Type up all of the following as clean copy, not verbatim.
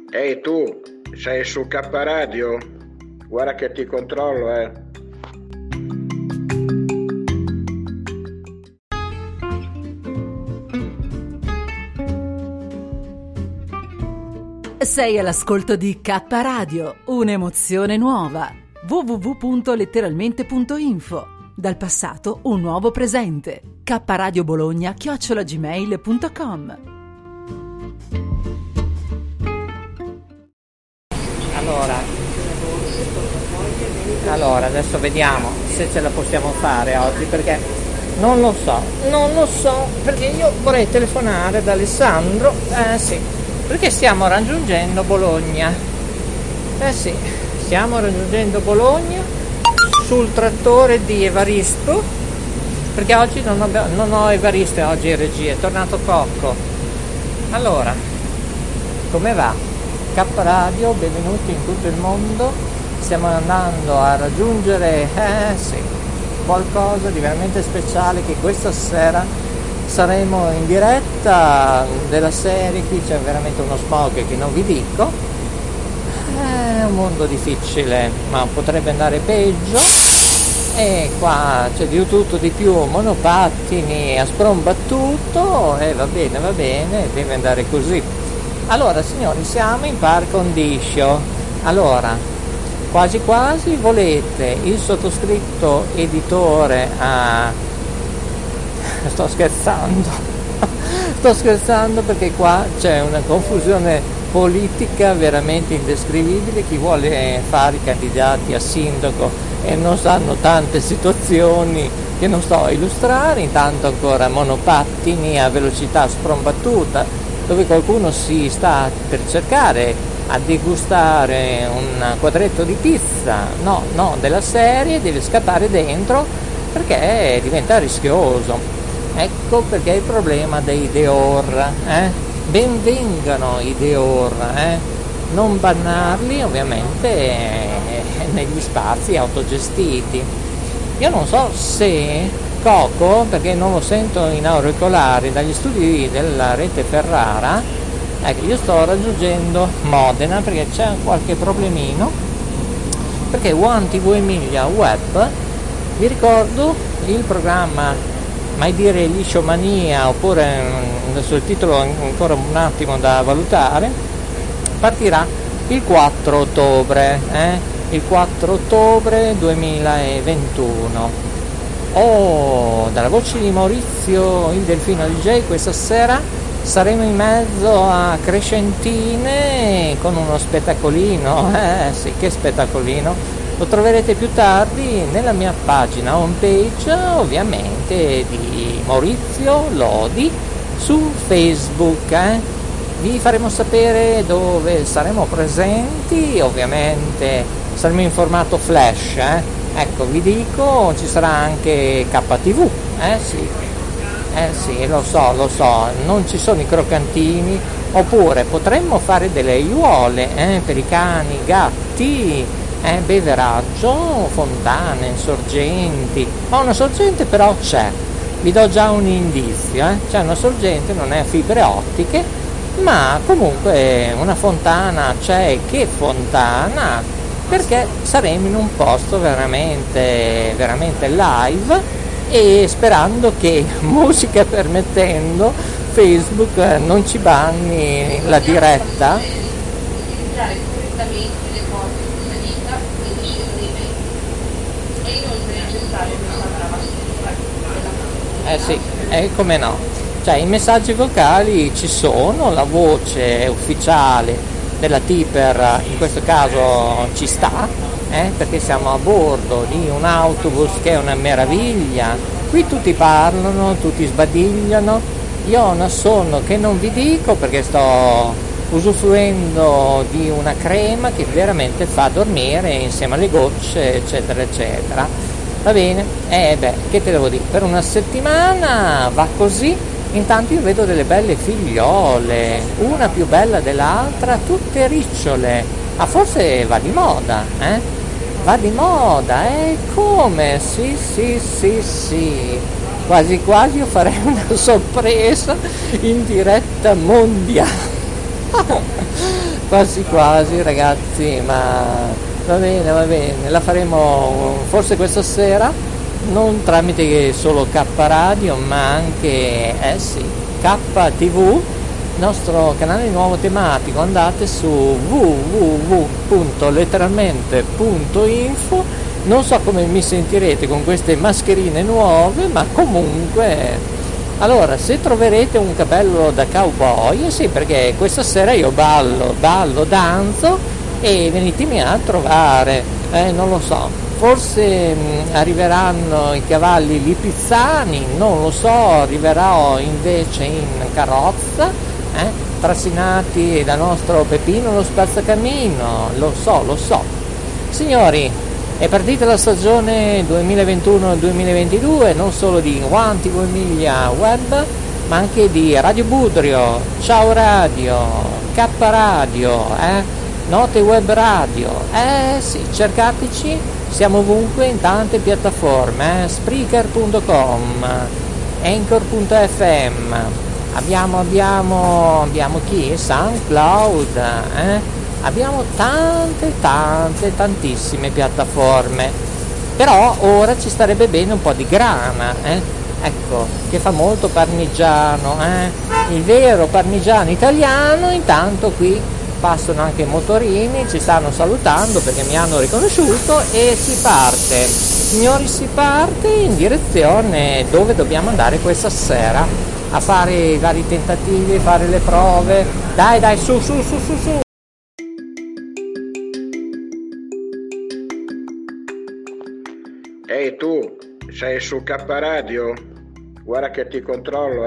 Ehi tu, sei su K Radio? Guarda che ti controllo, eh. Sei all'ascolto di K Radio, un'emozione nuova. www.letteralmente.info. Dal passato un nuovo presente. kradiobologna@gmail.com. Allora, adesso vediamo se ce la possiamo fare oggi, perché non lo so, perché io vorrei telefonare ad Alessandro, sì, perché stiamo raggiungendo Bologna, stiamo raggiungendo Bologna sul trattore di Evaristo, perché oggi non ho Evaristo oggi in regia, è tornato Cocco. Allora, come va? K Radio, benvenuti in tutto il mondo. Stiamo andando a raggiungere qualcosa di veramente speciale, che questa sera saremo in diretta della serie. Qui c'è veramente uno smog che non vi dico, è un mondo difficile, ma potrebbe andare peggio, e qua c'è di tutto di più, monopattini a sprombattuto, e va bene, deve andare così. Allora signori, siamo in par condicio. Allora, quasi volete il sottoscritto editore sto scherzando perché qua c'è una confusione politica veramente indescrivibile. Chi vuole fare i candidati a sindaco e non sanno tante situazioni che non sto a illustrare, intanto ancora monopattini a velocità sprombattuta, dove qualcuno si sta per cercare a degustare un quadretto di pizza, no, della serie, deve scappare dentro perché diventa rischioso. Ecco perché il problema dei Deor, ben vengano i Deor, non bannarli ovviamente negli spazi autogestiti. Io non so se Coco, perché non lo sento in auricolari, dagli studi della rete Ferrara. Ecco, io sto raggiungendo Modena perché c'è qualche problemino, perché One TV Emilia Web, vi ricordo il programma mai dire Lisciomania, oppure adesso il titolo è ancora un attimo da valutare, partirà il 4 ottobre, il 4 ottobre 2021. Dalla voce di Maurizio il Delfino DJ, questa sera saremo in mezzo a Crescentine con uno spettacolino, sì, che spettacolino, lo troverete più tardi nella mia pagina homepage, ovviamente, di Maurizio Lodi su Facebook, Vi faremo sapere dove saremo presenti, ovviamente saremo in formato flash, Ecco, vi dico, ci sarà anche KTV, sì, lo so, non ci sono i croccantini, oppure potremmo fare delle aiuole per i cani, i gatti, beveraggio, fontane, sorgenti. Ma una sorgente però c'è, vi do già un indizio, c'è una sorgente, non è a fibre ottiche, ma comunque una fontana c'è. Che fontana? Perché saremo in un posto veramente live, e sperando che, musica permettendo, Facebook non ci banni la diretta. Sì, come no, cioè i messaggi vocali ci sono, la voce ufficiale della Tipper in questo caso ci sta, perché siamo a bordo di un autobus che è una meraviglia. Qui tutti parlano, tutti sbadigliano, io ho un assonno che non vi dico perché sto usufruendo di una crema che veramente fa dormire insieme alle gocce, eccetera eccetera. Va bene, che te devo dire, per una settimana va così. Intanto io vedo delle belle figliole, una più bella dell'altra, tutte ricciole. Forse va di moda, Va di moda, come? Sì. Quasi io farei una sorpresa in diretta mondiale. Quasi quasi ragazzi, ma va bene, la faremo forse questa sera, non tramite solo K Radio, ma anche, sì, KTV, nostro canale nuovo tematico. Andate su www.letteralmente.info. Non so come mi sentirete con queste mascherine nuove, ma comunque... Allora, se troverete un capello da cowboy, sì, perché questa sera io ballo, danzo e venitemi a trovare, non lo so, forse arriveranno i cavalli lipizzani, non lo so, arriverò invece in carrozza, trascinati dal nostro Peppino lo spazzacamino, lo so. Signori, è partita la stagione 2021-2022, non solo di One TV Emilia Web, ma anche di Radio Budrio, Ciao Radio, K Radio, Note Web Radio. Sì, cercateci, siamo ovunque in tante piattaforme, Spreaker.com, Anchor.fm, abbiamo chi? SoundCloud, abbiamo tantissime piattaforme, però ora ci starebbe bene un po' di grana, ecco, che fa molto parmigiano, il vero parmigiano italiano. Intanto qui passano anche i motorini, ci stanno salutando perché mi hanno riconosciuto e si parte, signori, si parte in direzione dove dobbiamo andare questa sera a fare i vari tentativi, fare le prove. Dai, su. Ehi tu, sei su K Radio? Guarda che ti controllo,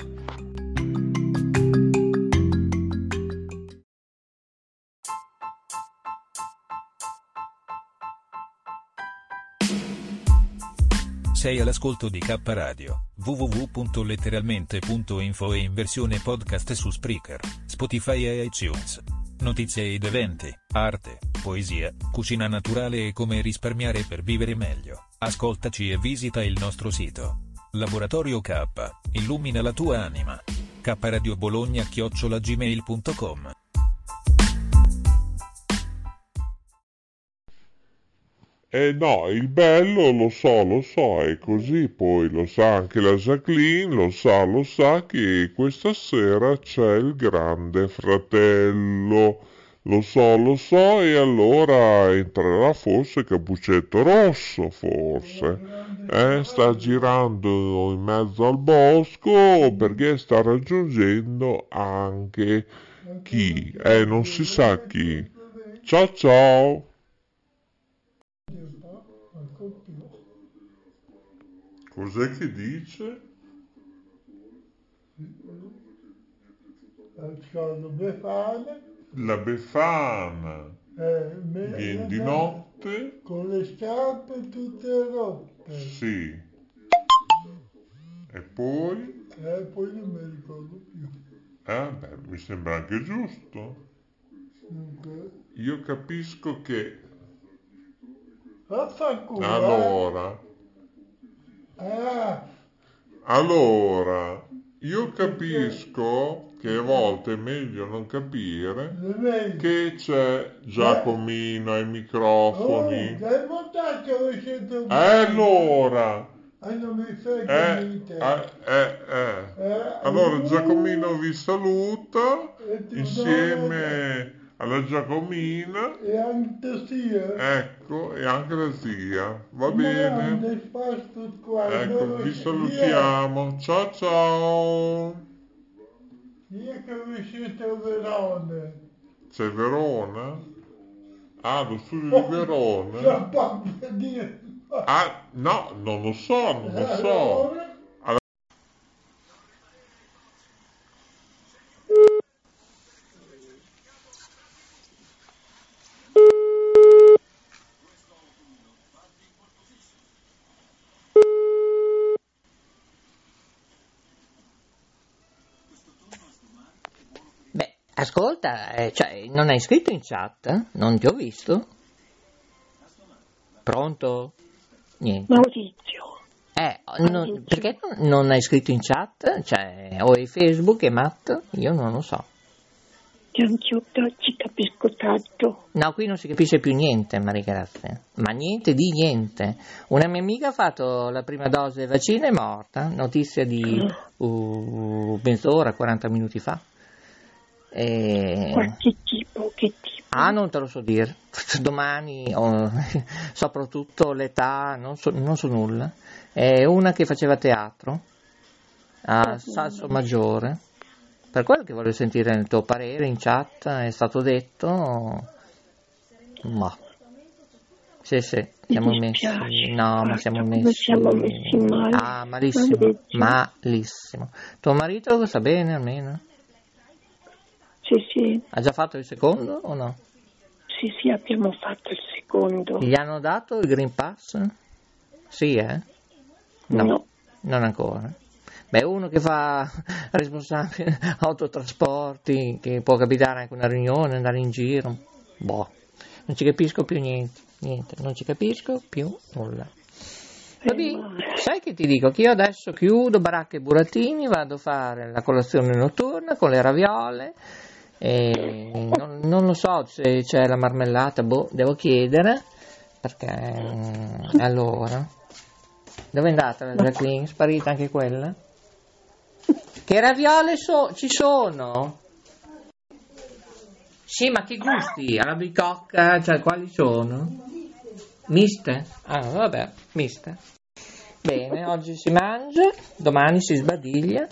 Sei all'ascolto di K Radio, www.letteralmente.info e in versione podcast su Spreaker, Spotify e iTunes. Notizie ed eventi, arte, poesia, cucina naturale e come risparmiare per vivere meglio. Ascoltaci e visita il nostro sito. Laboratorio K, illumina la tua anima. kradiobologna@gmail.com. No, il bello lo so, è così, poi lo sa anche la Jacqueline, lo sa che questa sera c'è il Grande Fratello, lo so, e allora entrerà forse Cappuccetto Rosso, forse, sta girando in mezzo al bosco perché sta raggiungendo anche chi, non si sa chi. Ciao! Cos'è che dice? La Befana viene di notte con le scarpe tutte rotte. Sì. E poi? Poi non mi ricordo più. Mi sembra anche giusto. Io capisco che allora, io capisco che a volte è meglio non capire che c'è Giacomino ai microfoni. Allora, non mi frega niente. Allora Giacomino vi saluta insieme alla Giacomina e anche la zia. Ecco, e anche la zia. Va bene. Ecco, vi salutiamo. Ciao. Io che visito a Verona. C'è Verona? Lo studio di Verona? No, non lo so. Ascolta, non hai scritto in chat? Non ti ho visto? Pronto? Niente. Maurizio. Perché non hai scritto in chat? O è Facebook e Matt? Io non lo so. Infatti anch'io però ci capisco tanto. No, qui non si capisce più niente, Maria Grazia, ma niente di niente. Una mia amica ha fatto la prima dose del vaccino e è morta, notizia di mezz'ora, 40 minuti fa. Qualche tipo, che tipo? Ah, non te lo so dire. Domani, soprattutto l'età, non so nulla. È una che faceva teatro a Salso Maggiore. Per quello che voglio sentire il tuo parere in chat, è stato detto. Ma sì, siamo messi. No, ma siamo messi. Siamo messi male. Ah, malissimo. Tuo marito sta bene almeno? Sì. Ha già fatto il secondo o no? Sì, abbiamo fatto il secondo. Gli hanno dato il Green Pass? Sì, No, non ancora. Beh, uno che fa responsabile autotrasporti, che può capitare anche una riunione, andare in giro. Boh, non ci capisco più niente, non ci capisco più nulla. Vabbè, sai che ti dico? Che io adesso chiudo baracche e burattini, vado a fare la colazione notturna con le raviole. E non lo so se c'è la marmellata, devo chiedere, perché allora dove è andata la Jacqueline? Sparita anche quella? Che raviole ci sono? Sì, ma che gusti? Alla bicocca, cioè quali sono? Miste? Ah, vabbè, miste. Bene, oggi si mangia, domani si sbadiglia.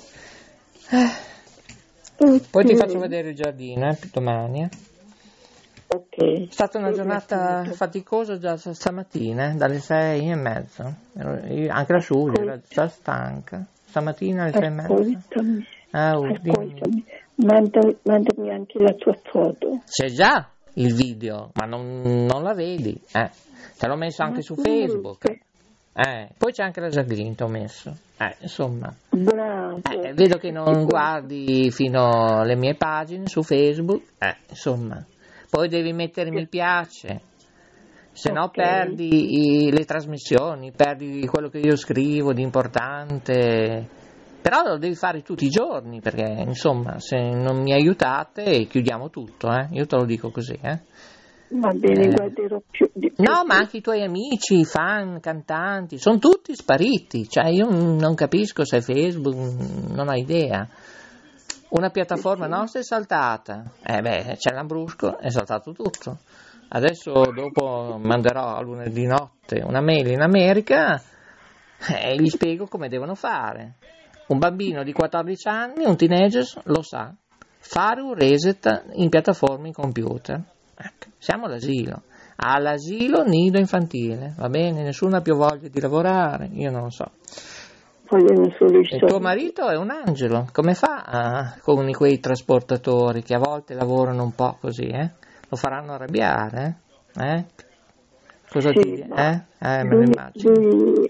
Poi ti faccio vedere il giardino, domani. Ok. È stata una giornata faticosa già stamattina, dalle 6:30. Anche la Giulia era già stanca. Stamattina alle 6:30. Ascoltami. Mandami anche la tua foto. C'è già il video, ma non la vedi. Te l'ho messo anche su Facebook. Poi c'è anche la Jacqueline, ti ho messo. Insomma. Bravo. Vedo che non guardi fino alle mie pagine su Facebook. Insomma. Poi devi mettere mi piace, se no perdi le trasmissioni, perdi quello che io scrivo di importante. Però lo devi fare tutti i giorni, perché insomma, se non mi aiutate chiudiamo tutto, io te lo dico così. Va bene, guarderò più. No, ma anche i tuoi amici, i fan, cantanti, sono tutti spariti. Cioè io non capisco se Facebook, non ho idea. Una piattaforma nostra è saltata. C'è l'Ambrusco, è saltato tutto. Adesso dopo manderò a lunedì notte una mail in America e gli spiego come devono fare. Un bambino di 14 anni, un teenager, lo sa. Fare un reset in piattaforme in computer. Ecco, siamo all'asilo nido infantile, va bene? Nessuno ha più voglia di lavorare, io non lo so. Il tuo marito è un angelo, come fa con quei trasportatori che a volte lavorano un po' così, Lo faranno arrabbiare, Cosa sì, ti dici? Me lo immagino. Lui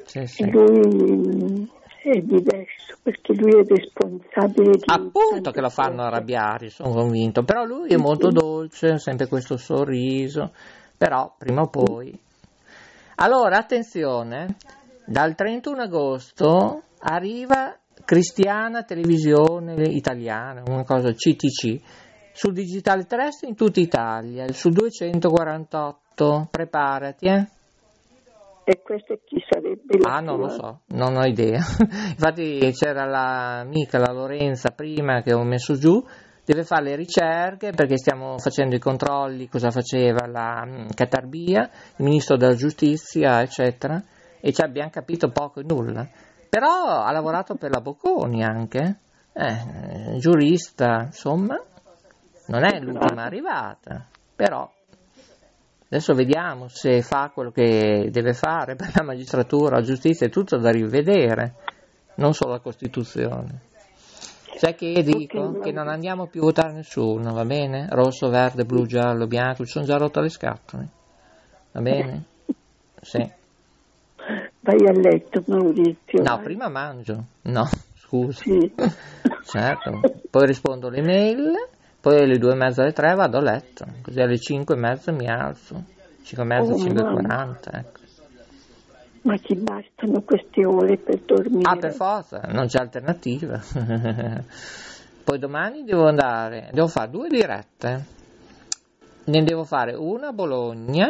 è diverso, perché lui è responsabile di... Appunto che lo fanno arrabbiare, sono convinto, però lui è molto dolce, sempre questo sorriso, però prima o poi... Allora, attenzione, dal 31 agosto arriva Cristiana Televisione Italiana, una cosa CTC, sul digitale terrestre in tutta Italia, su 248, preparati, E questo chi sarebbe la non lo tua? so, non ho idea. Infatti c'era l'amica, la Lorenza, prima che ho messo giù, deve fare le ricerche perché stiamo facendo i controlli, cosa faceva la Catarbia, il ministro della giustizia, eccetera, e ci abbiamo capito poco e nulla. Però ha lavorato per la Bocconi anche, giurista, insomma, non è l'ultima arrivata, però adesso vediamo se fa quello che deve fare per la magistratura, la giustizia, è tutto da rivedere, non solo la Costituzione. Sai che dico? Che non andiamo più a votare nessuno, va bene? Rosso, verde, blu, giallo, bianco, ci sono già rotte le scatole, va bene? Sì. Vai a letto, Maurizio. No, vai. prima mangio. No, scusa. Sì. Certo. Poi rispondo alle mail, poi alle 2:30, alle 3 vado a letto, così alle 5:30 mi alzo. 5:30, 5:40, ecco. Ma ti bastano queste ore per dormire? Per forza, non c'è alternativa. Poi domani devo fare 2 dirette, ne devo fare una a Bologna,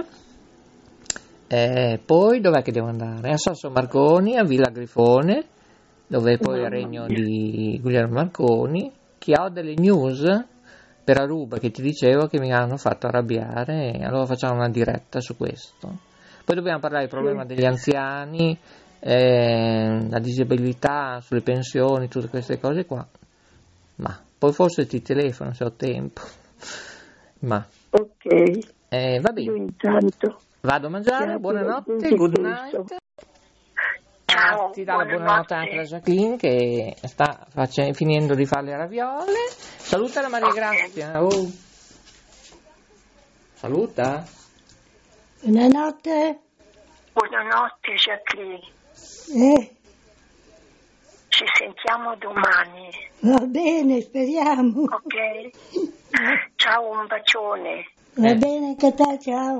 poi dov'è che devo andare? A Sasso Marconi, a Villa Grifone, dove poi il regno di Guglielmo Marconi, che ho delle news per Aruba che ti dicevo che mi hanno fatto arrabbiare, e allora facciamo una diretta su questo. Poi dobbiamo parlare del problema degli anziani, la disabilità, sulle pensioni, tutte queste cose qua. Ma poi forse ti telefono se ho tempo. Ma Ok. va bene. Io intanto. Vado a mangiare, buonanotte, good night. Ciao, Ti dà la buonanotte anche la Jacqueline che sta finendo di fare le raviole. Saluta la Maria Grazia. Oh. Saluta. Buonanotte. Buonanotte Jacqueline. Ci sentiamo domani. Va bene, speriamo. Ok? Ciao, un bacione. Va bene anche te, ciao.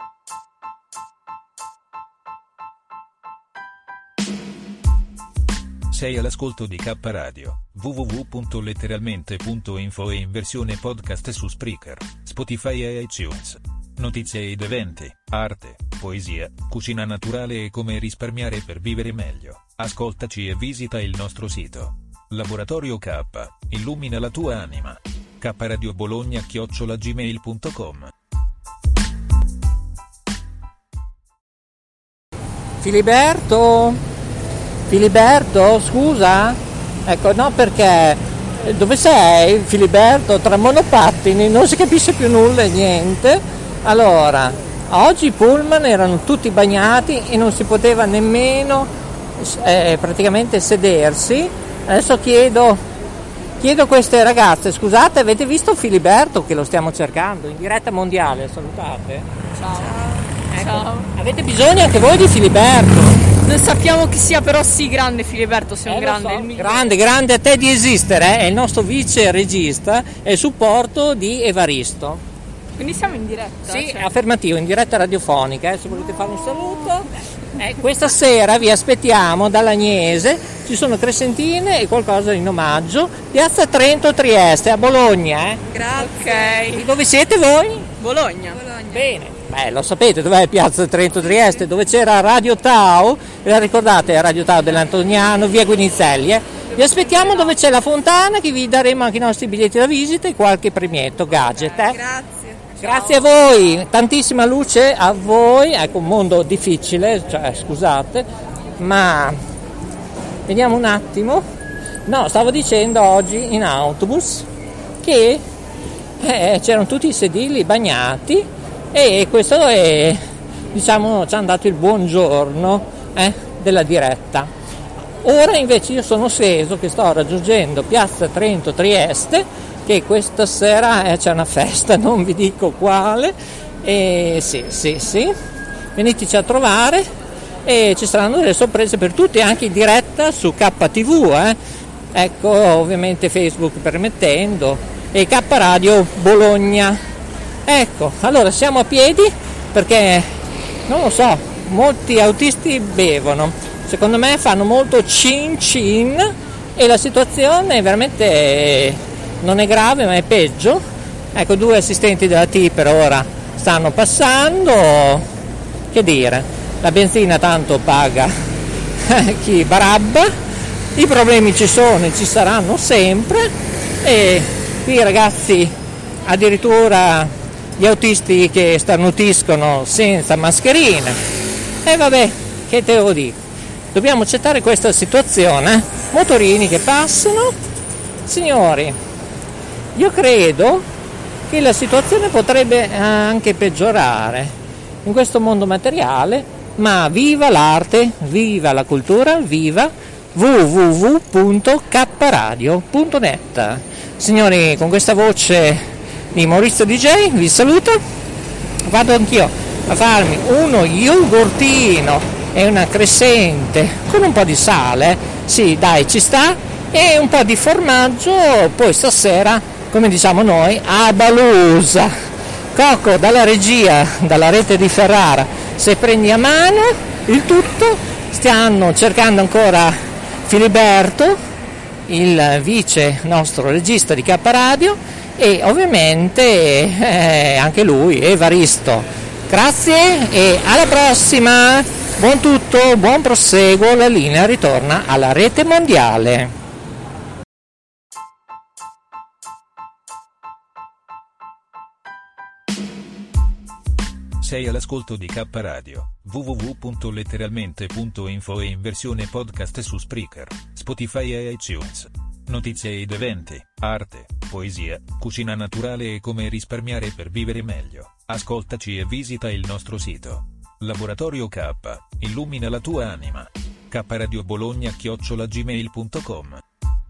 Sei all'ascolto di K Radio, www.letteralmente.info e in versione podcast su Spreaker, Spotify e iTunes. Notizie ed eventi, arte, poesia, cucina naturale e come risparmiare per vivere meglio. Ascoltaci e visita il nostro sito. Laboratorio K, illumina la tua anima. kradiobologna@gmail.com. Filiberto, scusa? Ecco, no, perché dove sei, Filiberto? Tra monopattini non si capisce più nulla e niente. Allora, oggi i pullman erano tutti bagnati e non si poteva nemmeno praticamente sedersi. Adesso chiedo a queste ragazze, scusate, avete visto Filiberto che lo stiamo cercando in diretta mondiale? Salutate. Ciao. Ecco, Ciao. avete bisogno anche voi di Filiberto? Non sappiamo chi sia, però sì, grande Filiberto, sei un grande. So, grande a te di esistere, è il nostro vice regista e supporto di Evaristo. Quindi siamo in diretta? Sì, affermativo, in diretta radiofonica, se volete fare un saluto. Questa sera vi aspettiamo dall'Agnese, ci sono crescentine e qualcosa in omaggio, Piazza Trento Trieste a Bologna. Grazie. Ok. Dove siete voi? Bologna. Bene. Lo sapete dov'è Piazza Trento Trieste, dove c'era Radio Tau, ve la ricordate, Radio Tau dell'Antoniano, via Guinizelli, Vi aspettiamo dove c'è la fontana, che vi daremo anche i nostri biglietti da visita e qualche premietto, gadget. Grazie. Grazie a voi, tantissima luce a voi, ecco un mondo difficile, scusate, ma vediamo un attimo. No, stavo dicendo oggi in autobus che c'erano tutti i sedili bagnati e questo è, diciamo, ci hanno dato il buongiorno della diretta. Ora invece io sono sceso che sto raggiungendo Piazza Trento Trieste, che questa sera c'è una festa, non vi dico quale, e sì, veniteci a trovare e ci saranno delle sorprese per tutti, anche in diretta su KTV, ecco, ovviamente Facebook permettendo, e K Radio Bologna. Ecco, allora siamo a piedi perché, non lo so, molti autisti bevono, secondo me fanno molto cin cin e la situazione veramente non è grave ma è peggio. Ecco, 2 assistenti della T per ora stanno passando, che dire, la benzina tanto paga chi barabba, i problemi ci sono e ci saranno sempre, e qui i ragazzi, addirittura gli autisti che starnutiscono senza mascherine, e vabbè, che te lo dico, dobbiamo accettare questa situazione. Motorini che passano. Signori, io credo che la situazione potrebbe anche peggiorare in questo mondo materiale, ma viva l'arte, viva la cultura, viva www.kradio.net. Signori, con questa voce di Maurizio DJ vi saluto, vado anch'io a farmi uno yogurtino e una crescente con un po' di sale, sì dai ci sta, e un po' di formaggio, poi stasera, come diciamo noi, a Balusa. Coco dalla regia, dalla rete di Ferrara, se prendi a mano il tutto. Stanno cercando ancora Filiberto il vice nostro regista di K Radio e ovviamente anche lui, Evaristo. Grazie e alla prossima, buon tutto, buon proseguo, la linea ritorna alla rete mondiale. Sei all'ascolto di K Radio, www.letteralmente.info e in versione podcast su Spreaker, Spotify e iTunes. Notizie ed eventi, arte, poesia, cucina naturale e come risparmiare per vivere meglio. Ascoltaci e visita il nostro sito. Laboratorio K, illumina la tua anima. kradiobologna@gmail.com.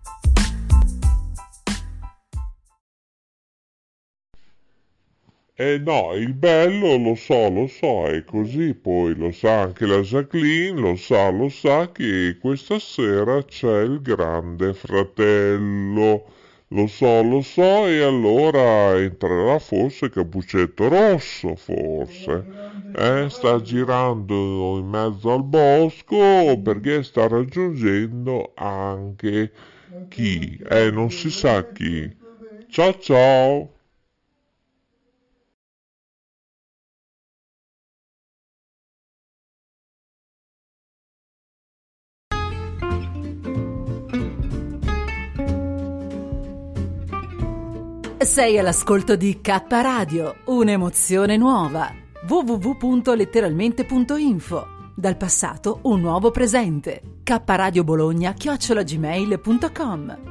No, il bello lo so, è così, poi lo sa anche la Jacqueline, lo sa che questa sera c'è il Grande Fratello, lo so, e allora entrerà forse Cappuccetto Rosso, forse, sta girando in mezzo al bosco perché sta raggiungendo anche chi, non si sa chi. Ciao! Sei all'ascolto di K Radio, un'emozione nuova. www.letteralmente.info. Dal passato un nuovo presente. kradiobologna@gmail.com.